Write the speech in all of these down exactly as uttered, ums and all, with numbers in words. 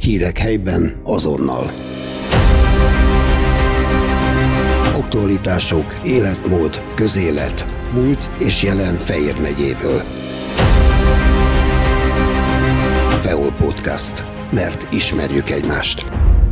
Hírek helyben azonnal. Aktualitások, életmód, közélet, múlt és jelen Fejér megyéből. Feol Podcast, mert ismerjük egymást.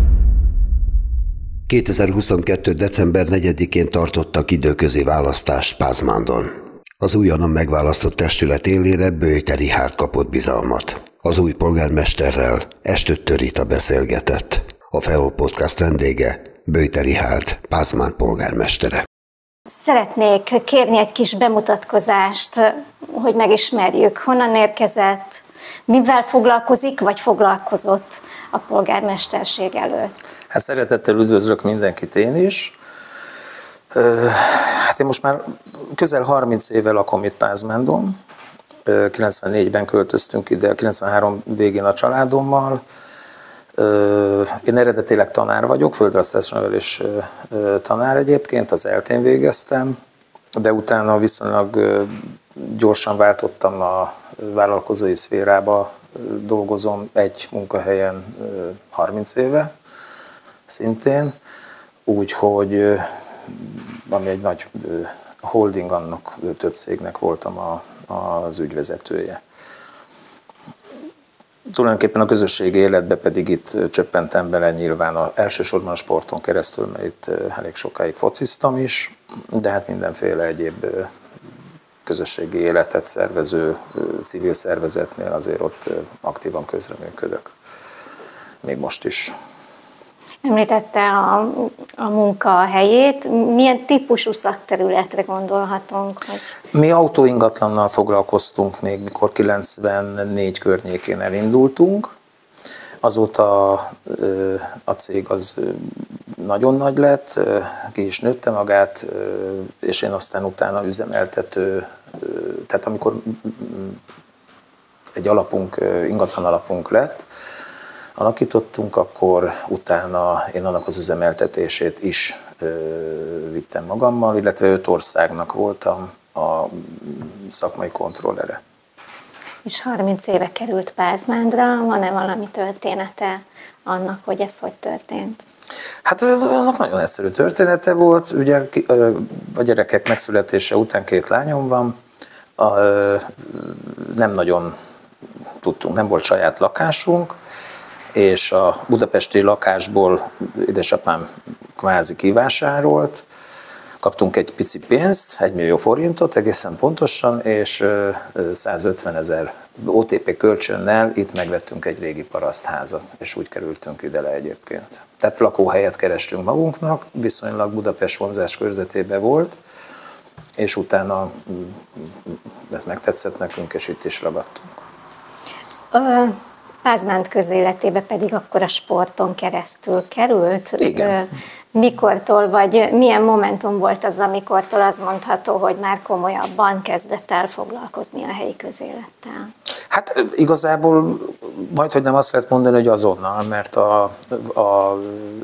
kétezer-huszonkettő. december negyedikén tartottak időközi választást Pázmándon. Az újonnan megválasztott testület élére Böjte Richárd kapott bizalmat. Az új polgármesterrel Estőttő Rita beszélgetett. A Feol Podcast vendége Böjte Richárd, Pázmánd polgármestere. Szeretnék kérni egy kis bemutatkozást, hogy megismerjük, honnan érkezett, mivel foglalkozik, vagy foglalkozott a polgármesterség előtt. Hát szeretettel üdvözlök mindenkit én is. Hát én most már közel harminc éve lakom itt Pázmándon. kilencvennégyben költöztünk ide, kilencvenhárom végén a családommal. Én eredetileg tanár vagyok, földrajztársadalomnevelés tanár egyébként, az eltén végeztem, de utána viszonylag gyorsan váltottam a vállalkozói szférába, dolgozom egy munkahelyen harminc éve szintén, úgyhogy ami egy nagy holding, annak több cégnek voltam a, az ügyvezetője. Tulajdonképpen a közösségi életbe pedig itt csöppentem bele nyilván a, elsősorban a sporton keresztül, mert itt elég sokáig fociztam is, de hát mindenféle egyéb közösségi életet szervező civil szervezetnél azért ott aktívan közreműködök. Még most is. Említette a, a munkahelyét. Milyen típusú szakterületre gondolhatunk? Hogy... Mi autóingatlannal foglalkoztunk még, mikor kilencvennégy környékén elindultunk. Azóta a cég az nagyon nagy lett, ki is nőtte magát, és én aztán utána üzemeltető, tehát amikor egy alapunk, ingatlan alapunk lett, alakítottunk, akkor utána én annak az üzemeltetését is ö, vittem magammal, illetve öt országnak voltam a szakmai kontrollere. És harminc éve került Pázmándra, van-e valami története annak, hogy ez hogy történt? Hát annak nagyon egyszerű története volt, ugye a gyerekek megszületése után két lányom van, a, nem nagyon tudtunk, nem volt saját lakásunk, és a budapesti lakásból édesapám kvázi kivásárolt, kaptunk egy pici pénzt, egy millió forintot egészen pontosan, és százötven ezer o té pé kölcsönnel itt megvettünk egy régi parasztházat, és úgy kerültünk ide le egyébként. Tehát lakóhelyet kerestünk magunknak, viszonylag Budapest vonzás körzetében volt, és utána ez megtetszett nekünk, és itt is ragadtunk. Ö... Pázmánd közéletébe pedig akkor a sporton keresztül került. Igen. Mikortól, vagy milyen momentum volt az, amikortól azt mondható, hogy már komolyabban kezdett el foglalkozni a helyi közélettel? Hát igazából majdhogy nem azt lehet mondani, hogy azonnal, mert a, a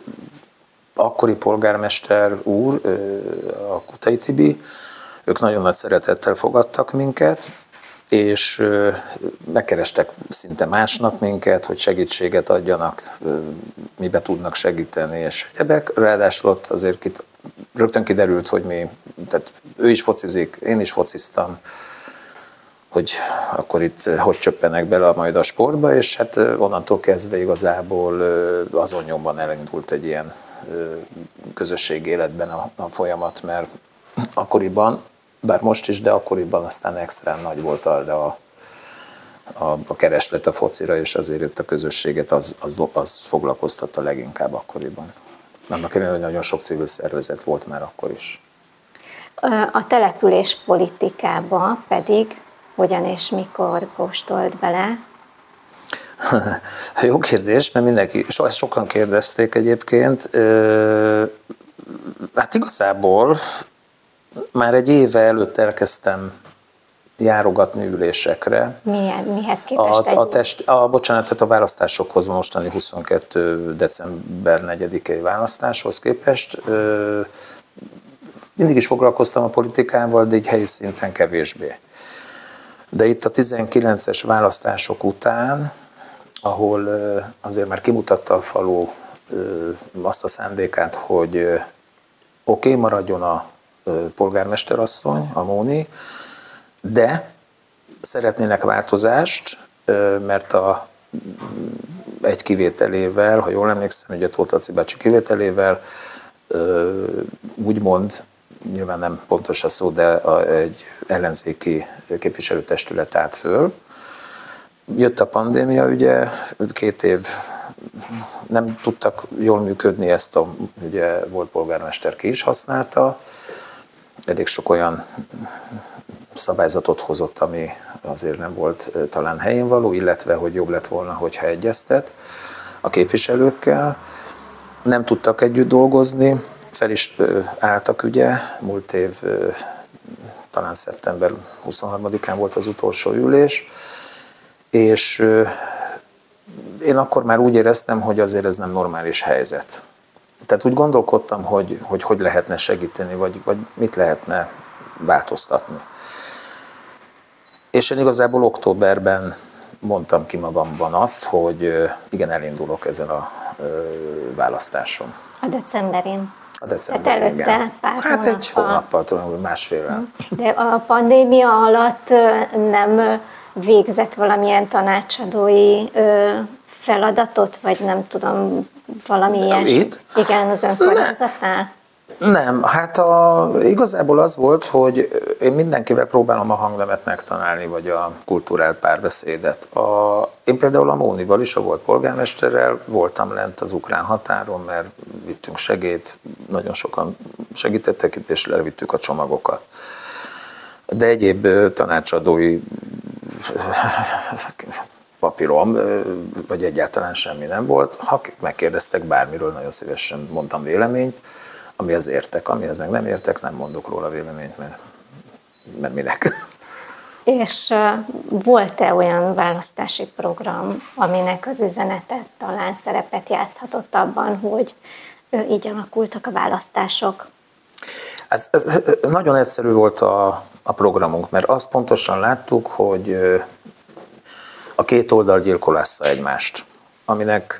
akkori polgármester úr, a Kutai Tibi, ők nagyon nagy szeretettel fogadtak minket, és megkerestek szinte másnap minket, hogy segítséget adjanak, mibe tudnak segíteni, és egyebek. Ráadásul ott azért kit, rögtön kiderült, hogy mi, tehát ő is focizik, én is fociztam, hogy akkor itt hogy csöppenek bele majd a sportba, és hát onnantól kezdve igazából azon nyomban elindult egy ilyen közösségi életben a, a folyamat, mert akkoriban, bár most is, de akkoriban aztán extrán nagy volt a, a, a kereslet a focira, és azért itt a közösséget az, az, az foglalkoztatta leginkább akkoriban. Annak ellenére, hogy nagyon sok civil szervezet volt már akkor is. A település politikába pedig hogyan és mikor kóstolt bele? Jó kérdés, mert mindenki, so, ezt sokan kérdezték egyébként. Hát igazából már egy éve előtt elkezdtem járogatni ülésekre. Milyen, mihez képest? A, a, test, a, bocsánat, tehát a választásokhoz, mostani huszonkettő december negyedikei választáshoz képest. Mindig is foglalkoztam a politikával, de így helyi szinten kevésbé. De itt a tizenkilences választások után ahol azért már kimutatta a falu azt a szándékát, hogy oké, okay, maradjon a polgármesterasszony, a Móni, de szeretnének változást, mert a egy kivételével, ha jól emlékszem, ugye Tóth Laci bácsi kivételével, úgymond, nyilván nem pontos a szó, de egy ellenzéki képviselőtestület állt föl. Jött a pandémia, ugye, két év nem tudtak jól működni, ezt a ugye, volt polgármester ki is használta. Elég sok olyan szabályzatot hozott, ami azért nem volt talán helyén való, illetve hogy jobb lett volna, hogyha egyeztet a képviselőkkel. Nem tudtak együtt dolgozni, fel is álltak ugye, múlt év talán szeptember huszonharmadikán volt az utolsó ülés, és én akkor már úgy éreztem, hogy azért ez nem normális helyzet. Tehát úgy gondolkodtam, hogy hogy, hogy lehetne segíteni, vagy, vagy mit lehetne változtatni. És én igazából októberben mondtam ki magamban azt, hogy igen, elindulok ezen a választáson. A decemberin. A decemberin, előtte igen. pár Hát egy hónappal. hónappal, tudom, másfél. De a pandémia alatt nem végzett valamilyen tanácsadói feladatot, vagy nem tudom, valami ilyesmi? Itt? Igen, az önkormányzatnál? Nem, hát a, igazából az volt, hogy én mindenkivel próbálom a hangnemet megtanálni, vagy a kulturált párbeszédet. A, én például a Mónival is, a volt polgármesterrel voltam lent az ukrán határon, mert vittünk segélyt, nagyon sokan segítettek itt, és levittük a csomagokat. De egyéb tanácsadói papírom, vagy egyáltalán semmi nem volt. Ha megkérdeztek bármiről, nagyon szívesen mondtam véleményt, amihez értek, amihez meg nem értek, nem mondok róla véleményt, mert, mert minek. És uh, volt-e olyan választási program, aminek az üzenete talán szerepet játszhatott abban, hogy uh, így alakultak a választások? Ez, ez, nagyon egyszerű volt a, a programunk, mert azt pontosan láttuk, hogy a két oldal gyilkolásza egymást, aminek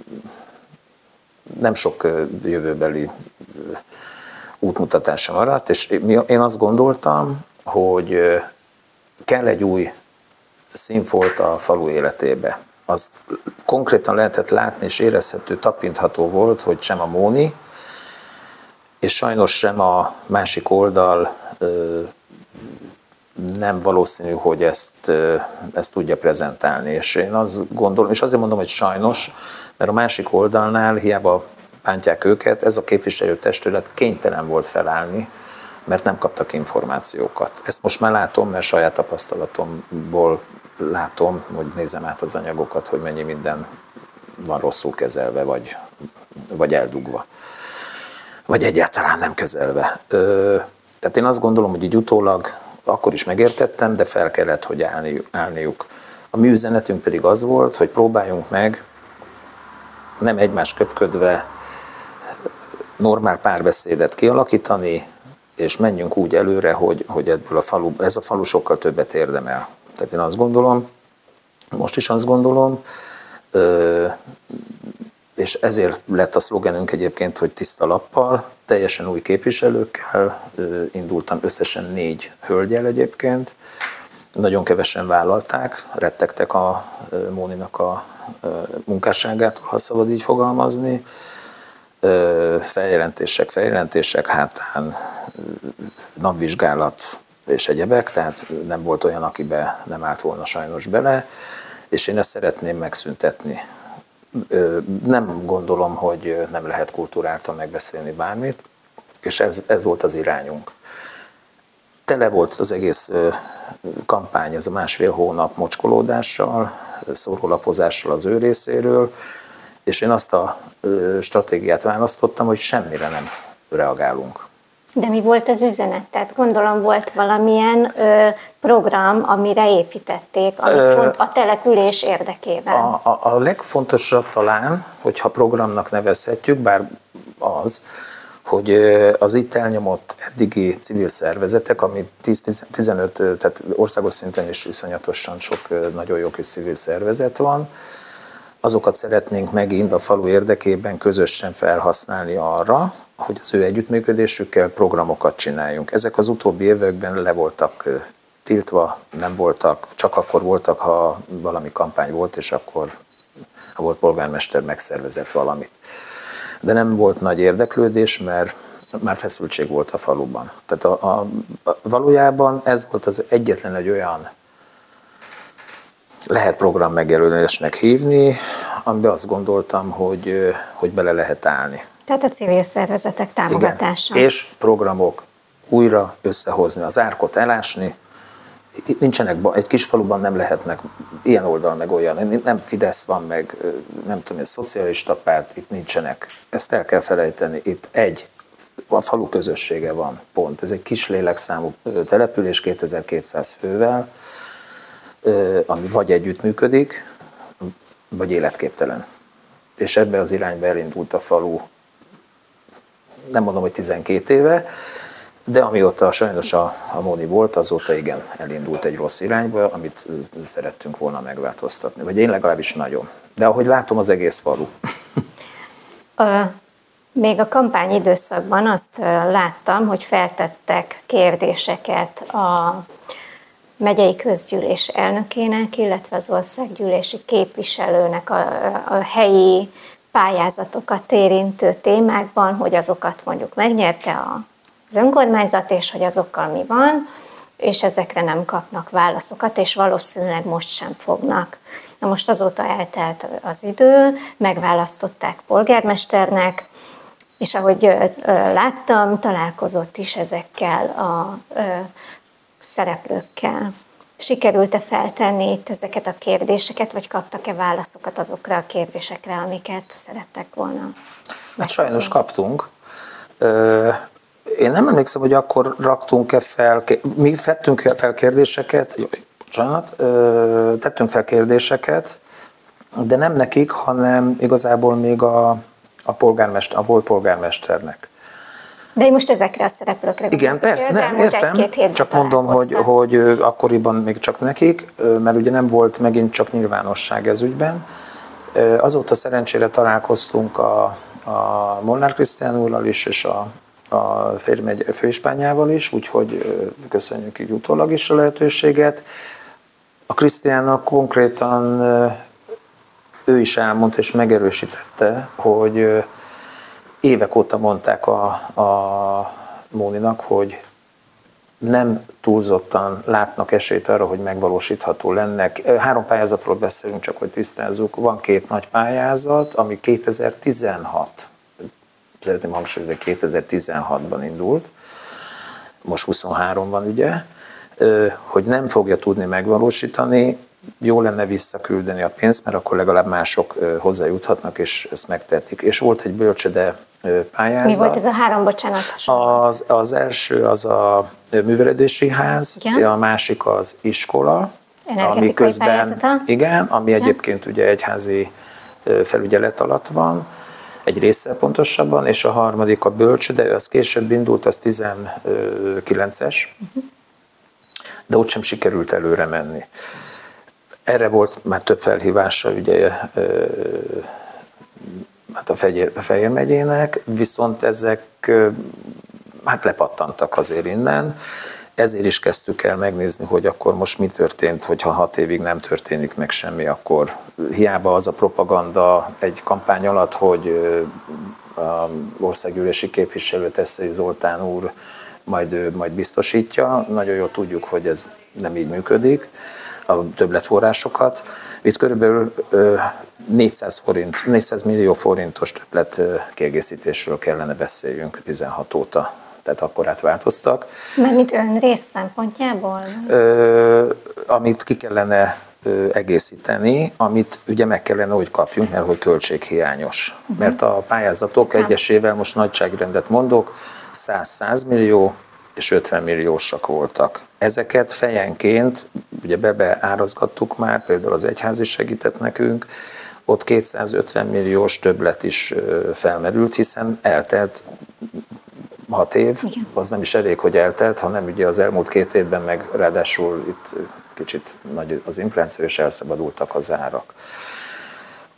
nem sok jövőbeli útmutatása maradt, és én azt gondoltam, hogy kell egy új színfolt a falu életébe. Azt konkrétan lehetett látni, és érezhető, tapintható volt, hogy sem a Móni, és sajnos sem a másik oldal nem valószínű, hogy ezt, ezt tudja prezentálni. És én azt gondolom, és azért mondom, hogy sajnos, mert a másik oldalnál hiába bántják őket, ez a képviselőtestület kénytelen volt felállni, mert nem kaptak információkat. Ezt most már látom, mert saját tapasztalatomból látom, hogy nézem át az anyagokat, hogy mennyi minden van rosszul kezelve, vagy, vagy eldugva. Vagy egyáltalán nem kezelve. Tehát én azt gondolom, hogy így utólag akkor is megértettem, de fel kellett, hogy állniuk. A mi üzenetünk pedig az volt, hogy próbáljunk meg nem egymás köpködve normál párbeszédet kialakítani, és menjünk úgy előre, hogy, hogy ebből a falu, ez a falu sokkal többet érdemel. Tehát én azt gondolom, most is azt gondolom, és ezért lett a szlogenünk egyébként, hogy tiszta lappal, teljesen új képviselőkkel, indultam összesen négy hölgyel egyébként, nagyon kevesen vállalták, rettegtek a Móninak a munkásságától, ha szabad így fogalmazni, feljelentések, feljelentések hátán, napvizsgálat és egyebek, tehát nem volt olyan, akibe nem állt volna sajnos bele, és én ezt szeretném megszüntetni. Nem gondolom, hogy nem lehet kultúráltan megbeszélni bármit, és ez, ez volt az irányunk. Tele volt az egész kampány, ez a másfél hónap mocskolódással, szórólapozással az ő részéről, és én azt a stratégiát választottam, hogy semmire nem reagálunk. De mi volt az üzenet? Tehát gondolom volt valamilyen ö, program, amire építették, ami Ö, font a település érdekében. A, a, a legfontosabb talán, hogyha programnak nevezhetjük, bár az, hogy az itt elnyomott eddigi civil szervezetek, ami tíz-tizenöt, tehát országos szinten is iszonyatosan sok nagyon jó kis civil szervezet van, azokat szeretnénk megint a falu érdekében közösen felhasználni arra, hogy az ő együttműködésükkel programokat csináljunk. Ezek az utóbbi években le voltak tiltva, nem voltak, csak akkor voltak, ha valami kampány volt, és akkor a volt polgármester megszervezett valamit. De nem volt nagy érdeklődés, mert már feszültség volt a faluban. Tehát a, a, a, valójában ez volt az egyetlen egy olyan, lehet program megjelölésnek hívni, amiben azt gondoltam, hogy, hogy bele lehet állni. Tehát a civil szervezetek támogatása. Igen. És programok újra összehozni, az árkot elásni. Itt nincsenek, egy kis faluban nem lehetnek ilyen oldal meg olyan, nem Fidesz van meg, nem tudom, egy szocialista párt, itt nincsenek. Ezt el kell felejteni. Itt egy, a falu közössége van, pont. Ez egy kis lélekszámú település kétezer-kétszáz fővel, ami vagy együttműködik, vagy életképtelen. És ebbe az irányba elindult a falu, nem mondom, hogy tizenkét éve, de amióta sajnos a, a Móni volt, azóta igen, elindult egy rossz irányba, amit szerettünk volna megváltoztatni. Vagy én legalábbis nagyon. De ahogy látom, az egész falu. Még a kampány időszakban azt láttam, hogy feltettek kérdéseket a megyei közgyűlés elnökének, illetve az országgyűlési képviselőnek a, a helyi pályázatokat érintő témákban, hogy azokat mondjuk megnyerte az önkormányzat, és hogy azokkal mi van, és ezekre nem kapnak válaszokat, és valószínűleg most sem fognak. Na most azóta eltelt az idő, megválasztották polgármesternek, és ahogy láttam, találkozott is ezekkel a szereplőkkel. Sikerült-e feltenni itt ezeket a kérdéseket, vagy kaptak-e válaszokat azokra a kérdésekre, amiket szerettek volna? Hát sajnos kaptunk. Én nem emlékszem, hogy akkor raktunk-e fel, mi tettünk fel kérdéseket, jó, bocsánat, tettünk fel kérdéseket, de nem nekik, hanem igazából még a, a, polgármester, a volt polgármesternek. De én most ezekre a szereplőkre igen, persze, nem, értem, csak mondom, hogy, hogy akkoriban még csak nekik, mert ugye nem volt megint csak nyilvánosság ez ügyben. Azóta szerencsére találkoztunk a, a Molnár Krisztián úrral is, és a, a férmegy főispányával is, úgyhogy köszönjük így utólag is a lehetőséget. A Krisztiánnak konkrétan ő is elmondta és megerősítette, hogy évek óta mondták a, a Móninak, hogy nem túlzottan látnak esélyt arra, hogy megvalósítható lennek. Három pályázatról beszélünk, csak hogy tisztázzuk. Van két nagy pályázat, ami kétezer-tizenhat, szeretném hangsúlyozni, kétezer-tizenhatban indult, most huszonhárom van ugye, hogy nem fogja tudni megvalósítani, jó lenne visszaküldeni a pénzt, mert akkor legalább mások hozzájuthatnak, és ezt megtehetik. És volt egy bölcsőde pályázat. Mi volt ez a három, bocsánat? Az, az első az a művelődési ház, igen. A másik az iskola, ami közben, pályázata. Igen, ami igen. Egyébként ugye egyházi felügyelet alatt van, egy része pontosabban, és a harmadik a bölcsőde, az később indult, az tizenkilences, uh-huh. De ott sem sikerült előre menni. Erre volt már több felhívása ugye, hát a Fejér megyének, viszont ezek hát lepattantak azért innen. Ezért is kezdtük el megnézni, hogy akkor most mi történt, hogyha hat évig nem történik meg semmi, akkor hiába az a propaganda egy kampány alatt, hogy az országgyűlési képviselő Tesszei Zoltán úr majd, majd biztosítja. Nagyon jól tudjuk, hogy ez nem így működik, a többletforrásokat. Itt körülbelül négyszáz, forint, négyszáz millió forintos többlet kiegészítésről kellene beszéljünk tizenhat óta. Tehát akkor átváltoztak. Mármint önrész szempontjából? Ö, amit ki kellene ö, egészíteni, amit ugye meg kellene úgy kapjunk, mert hogy költséghiányos. Uh-huh. Mert a pályázatok egyesével, most nagyságrendet mondok, száz millió és ötven milliósak voltak. Ezeket fejenként, ugye bebeárazgattuk már, például az egyház is segített nekünk, ott kétszázötven milliós többlet is felmerült, hiszen eltelt hat év, igen. Az nem is elég, hogy eltelt, hanem ugye az elmúlt két évben meg ráadásul itt kicsit nagy az infláció, és elszabadultak az árak.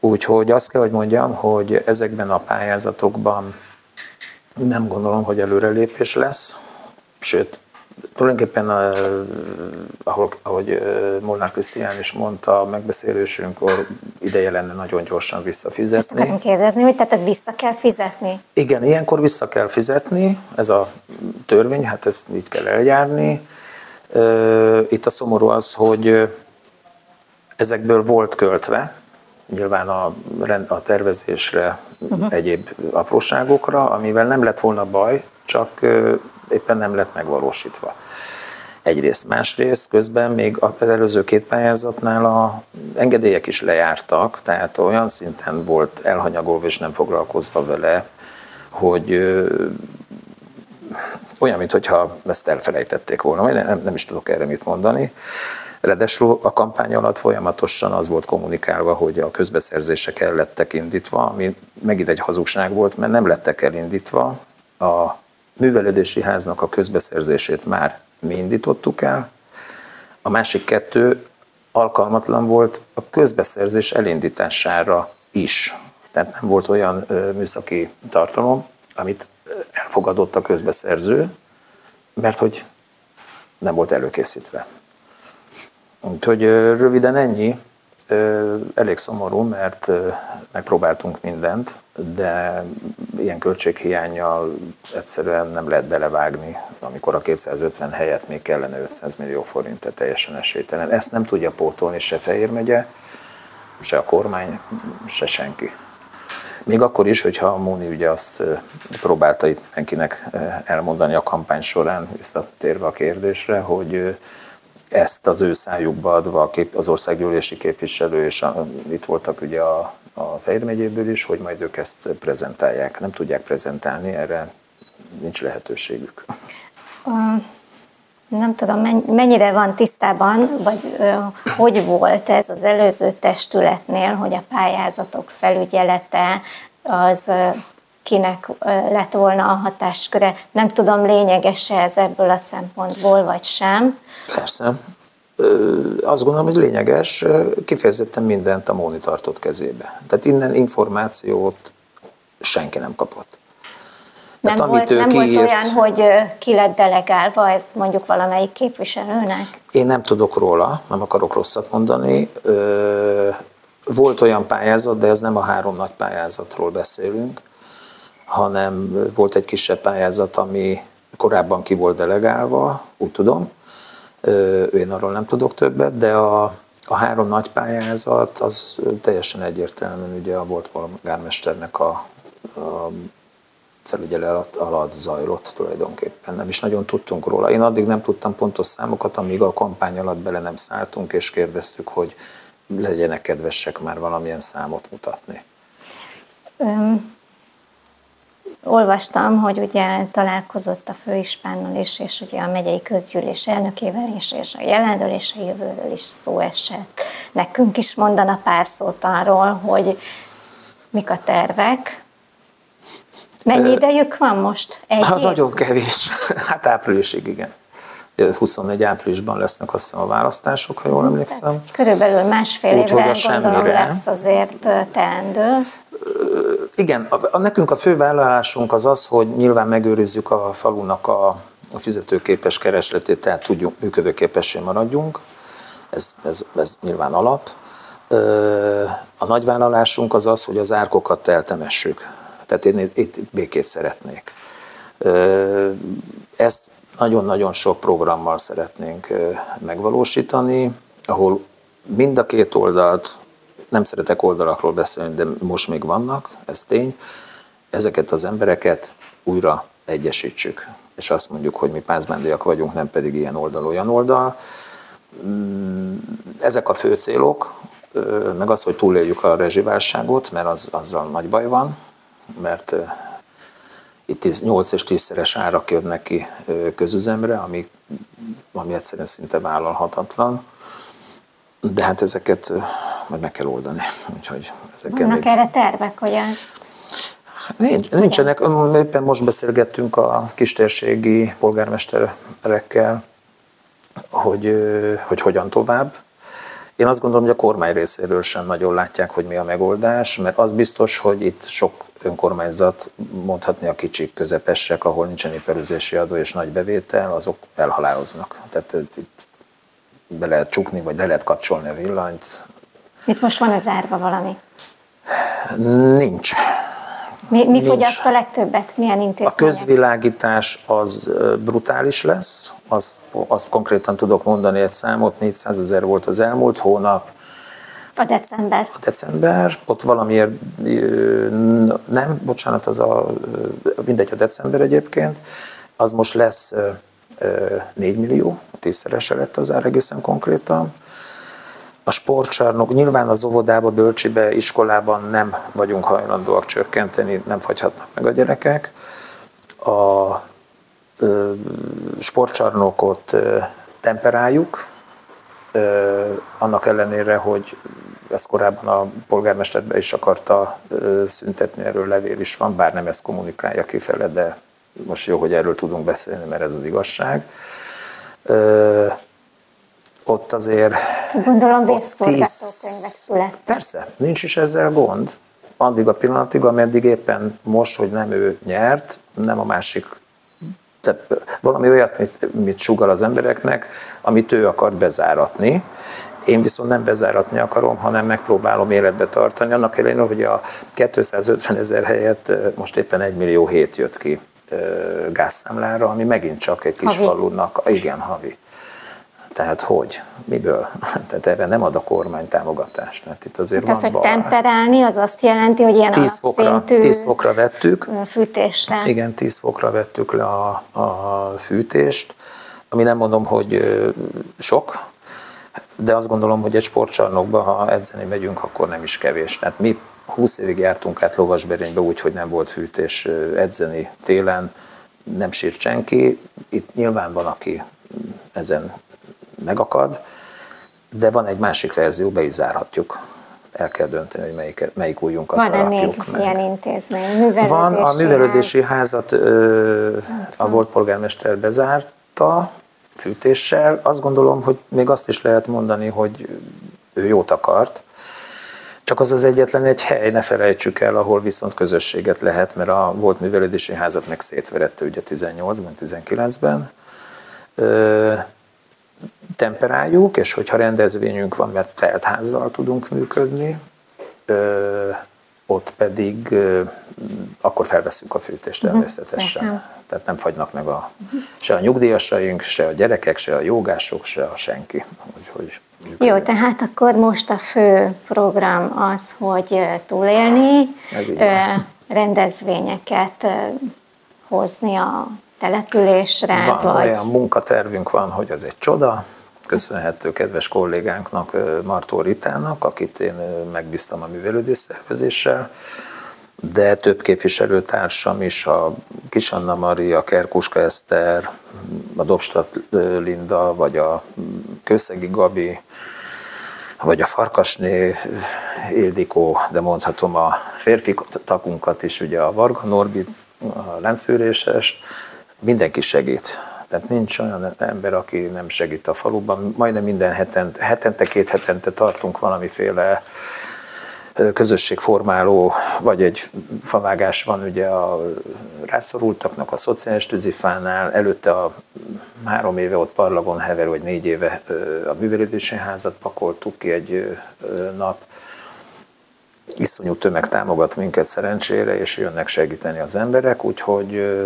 Úgyhogy azt kell, hogy mondjam, hogy ezekben a pályázatokban nem gondolom, hogy előrelépés lesz, sőt, tulajdonképpen, ahogy, ahogy Molnár Krisztián is mondta a megbeszélésünkkor, ideje lenne nagyon gyorsan visszafizetni. Ezt akartam kérdezni, hogy tehát vissza kell fizetni? Igen, ilyenkor vissza kell fizetni, ez a törvény, hát ezt így kell eljárni. Itt a szomorú az, hogy ezekből volt költve, nyilván a, a tervezésre, uh-huh. egyéb apróságokra, amivel nem lett volna baj, csak éppen nem lett megvalósítva. Egyrészt. Másrészt közben még az előző két pályázatnál a engedélyek is lejártak, tehát olyan szinten volt elhanyagolva és nem foglalkozva vele, hogy ö, olyan, mintha ezt elfelejtették volna, nem, nem is tudok erre mit mondani. Ráadásul a kampány alatt folyamatosan az volt kommunikálva, hogy a közbeszerzések el lettek indítva, ami megint egy hazugság volt, mert nem lettek elindítva. A művelődési háznak a közbeszerzését már mi indítottuk el. A másik kettő alkalmatlan volt a közbeszerzés elindítására is. Tehát nem volt olyan műszaki tartalom, amit elfogadott a közbeszerző, mert hogy nem volt előkészítve. Úgyhogy röviden ennyi, elég szomorú, mert megpróbáltunk mindent, de ilyen költséghiánnyal egyszerűen nem lehet belevágni, amikor a kétszázötven helyett még kellene ötszáz millió forint, tehát teljesen esélytelen. Ezt nem tudja pótolni se Fejér megye, se a kormány, se senki. Még akkor is, hogyha a Móni ugye azt próbálta itt mindenkinek elmondani a kampány során, visszatérve a kérdésre, hogy ezt az ő szájukba adva a kép, az országgyűlési képviselő, és a, itt voltak ugye a, a Fejér megyéből is, hogy majd ők ezt prezentálják. Nem tudják prezentálni, erre nincs lehetőségük. Um, nem tudom, mennyire van tisztában, vagy uh, hogy volt ez az előző testületnél, hogy a pályázatok felügyelete az uh, kinek uh, lett volna a hatásköre. Nem tudom, lényeges-e ez ebből a szempontból, vagy sem. Persze. Azt gondolom, hogy lényeges, kifejezetten mindent a Móni tartott kezébe. Tehát innen információt senki nem kapott. Nem, Tehát, volt, nem kiírt, volt olyan, hogy ki lett delegálva ez mondjuk valamelyik képviselőnek? Én nem tudok róla, nem akarok rosszat mondani. Volt olyan pályázat, de ez nem a három nagy pályázatról beszélünk, hanem volt egy kisebb pályázat, ami korábban ki volt delegálva, úgy tudom. Én arról nem tudok többet, de a, a három nagy pályázat az teljesen egyértelműen ugye a volt polgármesternek a, a felügyelet alatt zajlott tulajdonképpen. Nem is nagyon tudtunk róla. Én addig nem tudtam pontos számokat, amíg a kampány alatt bele nem szálltunk, és kérdeztük, hogy legyenek kedvesek már valamilyen számot mutatni. Um. Olvastam, hogy ugye találkozott a főispánnal is, és ugye a megyei közgyűlés elnökével is, és a jelenről és a jövőről is szó esett. Nekünk is mondana pár szót arról, hogy mik a tervek. Mennyi idejük van most? Egy hát év? Nagyon kevés. Hát áprilisig, igen. huszonnégy áprilisban lesznek azt hiszem a választások, ha jól emlékszem. Tehát körülbelül másfél Úgy, évre gondolom lesz azért teendő. Igen, a, a, nekünk a fő vállalásunk az az, hogy nyilván megőrizzük a falunak a, a fizetőképes keresletét, tehát tudjunk, működőképessé maradjunk. Ez, ez, ez nyilván alap. A nagy vállalásunk az az, hogy az árkokat eltemessük. Tehát én itt, itt békét szeretnék. Ezt nagyon-nagyon sok programmal szeretnénk megvalósítani, ahol mind a két oldalt, nem szeretek oldalakról beszélni, de most még vannak, ez tény, ezeket az embereket újra egyesítsük. És azt mondjuk, hogy mi pázmándiak vagyunk, nem pedig ilyen oldal, olyan oldal. Ezek a fő célok, meg az, hogy túléljük a rezsiválságot, mert az, azzal nagy baj van, mert itt nyolc és tízszeres árak jönnek ki közüzemre, ami, ami egyszerűen szinte vállalhatatlan. De hát ezeket majd meg kell oldani. Úgyhogy vannak még... erre tervek, hogy ezt... Nincs, nincsenek. Éppen most beszélgettünk a kistérségi polgármesterekkel, hogy, hogy hogyan tovább. Én azt gondolom, hogy a kormány részéről sem nagyon látják, hogy mi a megoldás, mert az biztos, hogy itt sok önkormányzat, mondhatni a kicsik, közepesek, ahol nincsen iparüzési adó és nagy bevétel, azok elhaláloznak. Tehát itt be lehet csukni, vagy le lehet kapcsolni a villanyt. Itt most van-e zárva valami? Nincs. Mi, mi fogyaszt a legtöbbet? Milyen intézmények? A közvilágítás az brutális lesz, azt, azt konkrétan tudok mondani egy számot, négyszázezer volt az elmúlt hónap. A december. A december, ott valamiért, nem, bocsánat, az a, mindegy, a december egyébként, az most lesz négy millió, tízszerese lett az ár egészen konkrétan. A sportcsarnok, nyilván az óvodába, bölcsibe, iskolában nem vagyunk hajlandóak csökkenteni, nem fagyhatnak meg a gyerekek. A ö, sportcsarnokot ö, temperáljuk, ö, annak ellenére, hogy ezt korábban a polgármester be is akarta ö, szüntetni, erről levél is van, bár nem ezt kommunikálja kifele, de most jó, hogy erről tudunk beszélni, mert ez az igazság. Ö, ott azért... Gondolom vészforgatókönyvek születtek. Persze, nincs is ezzel gond. Addig a pillanatig, ameddig éppen most, hogy nem ő nyert, nem a másik, tehát valami olyat, mit, mit sugall az embereknek, amit ő akart bezáratni. Én viszont nem bezáratni akarom, hanem megpróbálom életbe tartani. Annak ellenére, hogy a kétszázötven ezer helyett most éppen egy millió hét jött ki gázszámlára, ami megint csak egy kis havi. falunak, igen, havi. Tehát hogy? Miből? Tehát erre nem ad a kormány támogatást. Hát itt azért hát az, van hogy bal. temperálni, az azt jelenti, hogy ilyen tíz fokra, alapszintű tíz fokra vettük. fűtésre. Igen, tíz fokra vettük le a, a fűtést, ami nem mondom, hogy sok, de azt gondolom, hogy egy sportcsarnokba, ha edzeni megyünk, akkor nem is kevés. Tehát mi húsz évig jártunk át Lovasberénybe úgy, hogy nem volt fűtés edzeni télen, nem sírt senki. Itt nyilván van, aki ezen megakad, de van egy másik verzió, be is zárhatjuk. El kell dönteni, hogy melyik, melyik újunkat Van-e még rakjuk meg. ilyen intézmény? Művelődési Van, a művelődési ház. házat ö, a volt polgármester bezárta fűtéssel. Azt gondolom, hogy még azt is lehet mondani, hogy ő jót akart, csak az az egyetlen egy hely, ne felejtsük el, ahol viszont közösséget lehet, mert a volt művelődési házat meg szétverette ugye tizennyolcban, tizenkilencben. Ö, temperáljuk, és hogyha rendezvényünk van, mert telt házzal tudunk működni, ö, ott pedig ö, akkor felveszünk a fűtést természetesen. Uh-huh. Tehát nem fagynak meg a, se a nyugdíjasaink, se a gyerekek, se a jogások, se a senki. Hogy, hogy Jó, tehát akkor most a fő program az, hogy túlélni, rendezvényeket hozni a településre. Van vagy... olyan munkatervünk van, hogy az egy csoda, köszönhető kedves kollégánknak, Martó Ritának, akit én megbíztam a művelődés szervezéssel, de több képviselőtársam is, a Kis Anna Maria, a Kerkuska Eszter, a Dobstadt Linda, vagy a Kőszegi Gabi, vagy a Farkasné Ildikó, de mondhatom a férfi tagunkat is, ugye a Varga Norbi, a láncfűréses, mindenki segít. Tehát nincs olyan ember, aki nem segít a faluban. Majdnem minden hetente, hetente, két hetente tartunk valamiféle közösségformáló, vagy egy favágás van ugye a rászorultaknak a szociális tűzifánál, előtte a három éve ott Parlagon hever, vagy négy éve a művelődési házat pakoltuk ki egy nap. Iszonyú tömeg támogat minket szerencsére, és jönnek segíteni az emberek, úgyhogy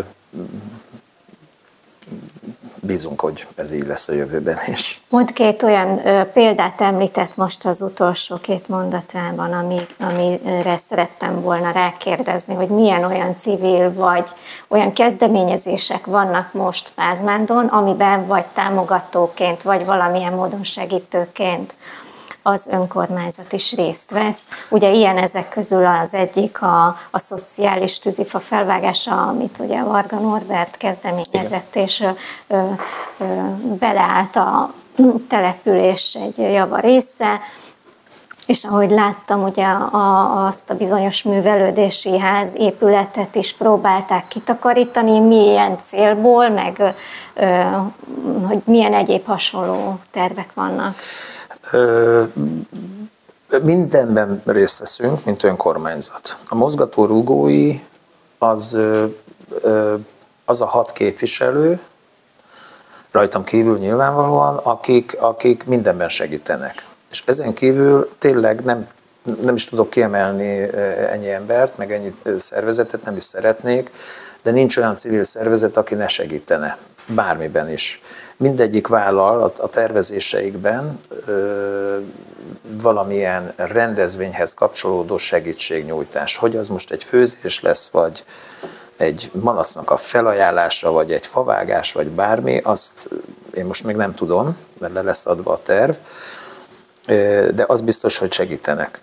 bízunk, hogy ez így lesz a jövőben is. Mondd két olyan ö, példát említett most az utolsó két mondatában, ami, amire szerettem volna rákérdezni, hogy milyen olyan civil vagy olyan kezdeményezések vannak most Pázmándon, amiben vagy támogatóként, vagy valamilyen módon segítőként az önkormányzat is részt vesz. Ugye ilyen ezek közül az egyik a, a szociális tűzifa felvágása, amit ugye Varga Norbert kezdeményezett, és ö, ö, beleállt a település egy java része, és ahogy láttam, ugye a, azt a bizonyos művelődési ház épületet is próbálták kitakarítani, milyen célból, meg ö, hogy milyen egyéb hasonló tervek vannak. Mindenben részt veszünk, mint önkormányzat. A mozgató rúgói az, az a hat képviselő, rajtam kívül nyilvánvalóan, akik, akik mindenben segítenek. És ezen kívül tényleg nem, nem is tudok kiemelni ennyi embert, meg ennyi szervezetet, nem is szeretnék, de nincs olyan civil szervezet, aki ne segítene. Bármiben is. Mindegyik vállal a tervezéseikben ö, valamilyen rendezvényhez kapcsolódó segítségnyújtás. Hogy az most egy főzés lesz, vagy egy malacnak a felajánlása, vagy egy favágás, vagy bármi, azt én most még nem tudom, mert le lesz adva a terv, de az biztos, hogy segítenek.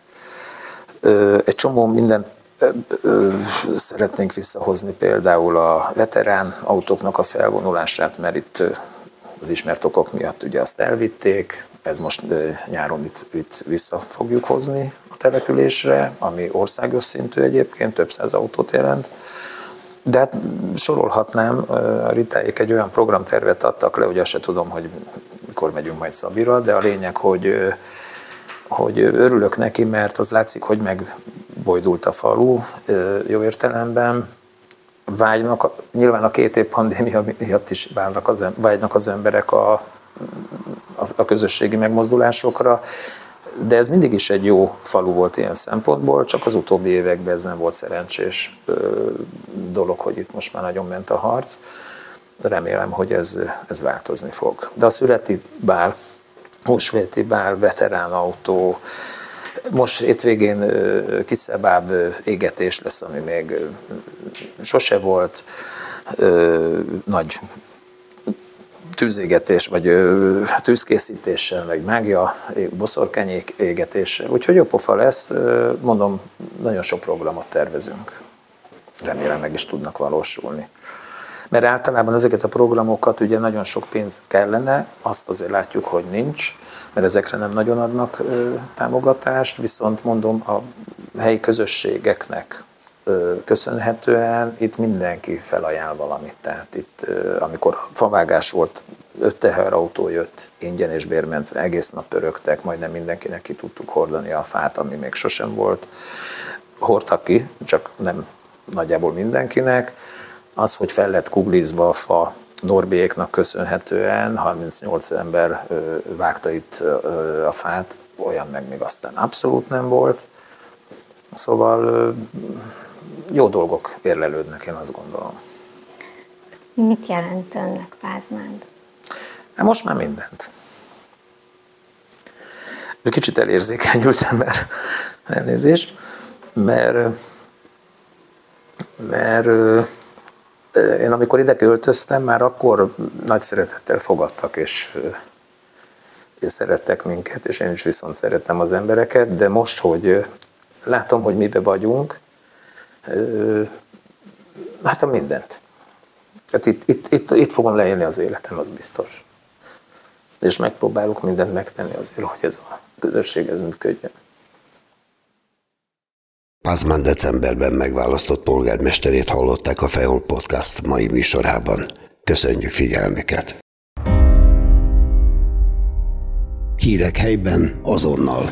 Egy csomó mindent szeretnénk visszahozni, például a veterán autóknak a felvonulását, mert itt az ismert okok miatt ugye azt elvitték, ez most nyáron itt, itt vissza fogjuk hozni a településre, ami országos szintű egyébként, több száz autót jelent. De hát sorolhatnám, a Ritáék egy olyan programtervet adtak le, hogy azt se tudom, hogy mikor megyünk majd Szabira, de a lényeg, hogy, hogy örülök neki, mert az látszik, hogy megbojdult a falu jó értelemben. Vágynak, nyilván a két év pandémia miatt is vágynak az, vágynak az emberek a, a, a közösségi megmozdulásokra, de ez mindig is egy jó falu volt ilyen szempontból, csak az utóbbi években ez nem volt szerencsés dolog, hogy itt most már nagyon ment a harc. Remélem, hogy ez, ez változni fog. De a születi bál, húsvéti bál, veteránautó, most hétvégén kiszebább égetés lesz, ami még sose volt, nagy tűzégetés, vagy tűzkészítéssel, meg mágia, boszorkány égetéssel. Úgyhogy jó pofa lesz, mondom, nagyon sok programot tervezünk. Remélem meg is tudnak valósulni. Mert általában ezeket a programokat ugye nagyon sok pénz kellene, azt azért látjuk, hogy nincs, mert ezekre nem nagyon adnak támogatást, viszont mondom, a helyi közösségeknek köszönhetően itt mindenki felajánl valamit. Tehát itt, amikor favágás volt, öt teherautó jött, ingyen és bérment, egész nap pörögtek, majdnem mindenkinek ki tudtuk hordani a fát, ami még sosem volt. Hordtak ki, csak nem nagyjából mindenkinek. Az, hogy fel lett kuglizva a fa, Norbiéknak köszönhetően harmincnyolc ember vágta itt a fát, olyan meg még aztán abszolút nem volt. Szóval jó dolgok érlelődnek, én azt gondolom. Mit jelent önnek Pázmánd? Hát most már mindent. Kicsit elérzékenyültem, mert elnézést, mert, mert én amikor ide költöztem, már akkor nagy szeretettel fogadtak, és, és szerettek minket, és én is viszont szerettem az embereket, de most, hogy látom, hogy mibe vagyunk, látom mindent. Hát itt, itt, itt, itt fogom leélni az életem, az biztos. És megpróbálok mindent megtenni azért, hogy ez a közösség ez működjön. Pázmánd decemberben megválasztott polgármesterét hallották a Fejhol Podcast mai műsorában. Köszönjük figyelmüket! Hírek helyben azonnal.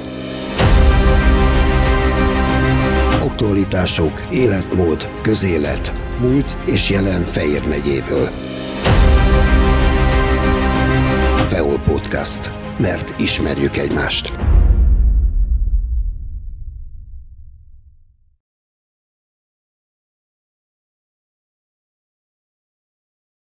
Aktualitások, életmód, közélet, múlt és jelen Fejér megyéből. Fejhol Podcast, mert ismerjük egymást.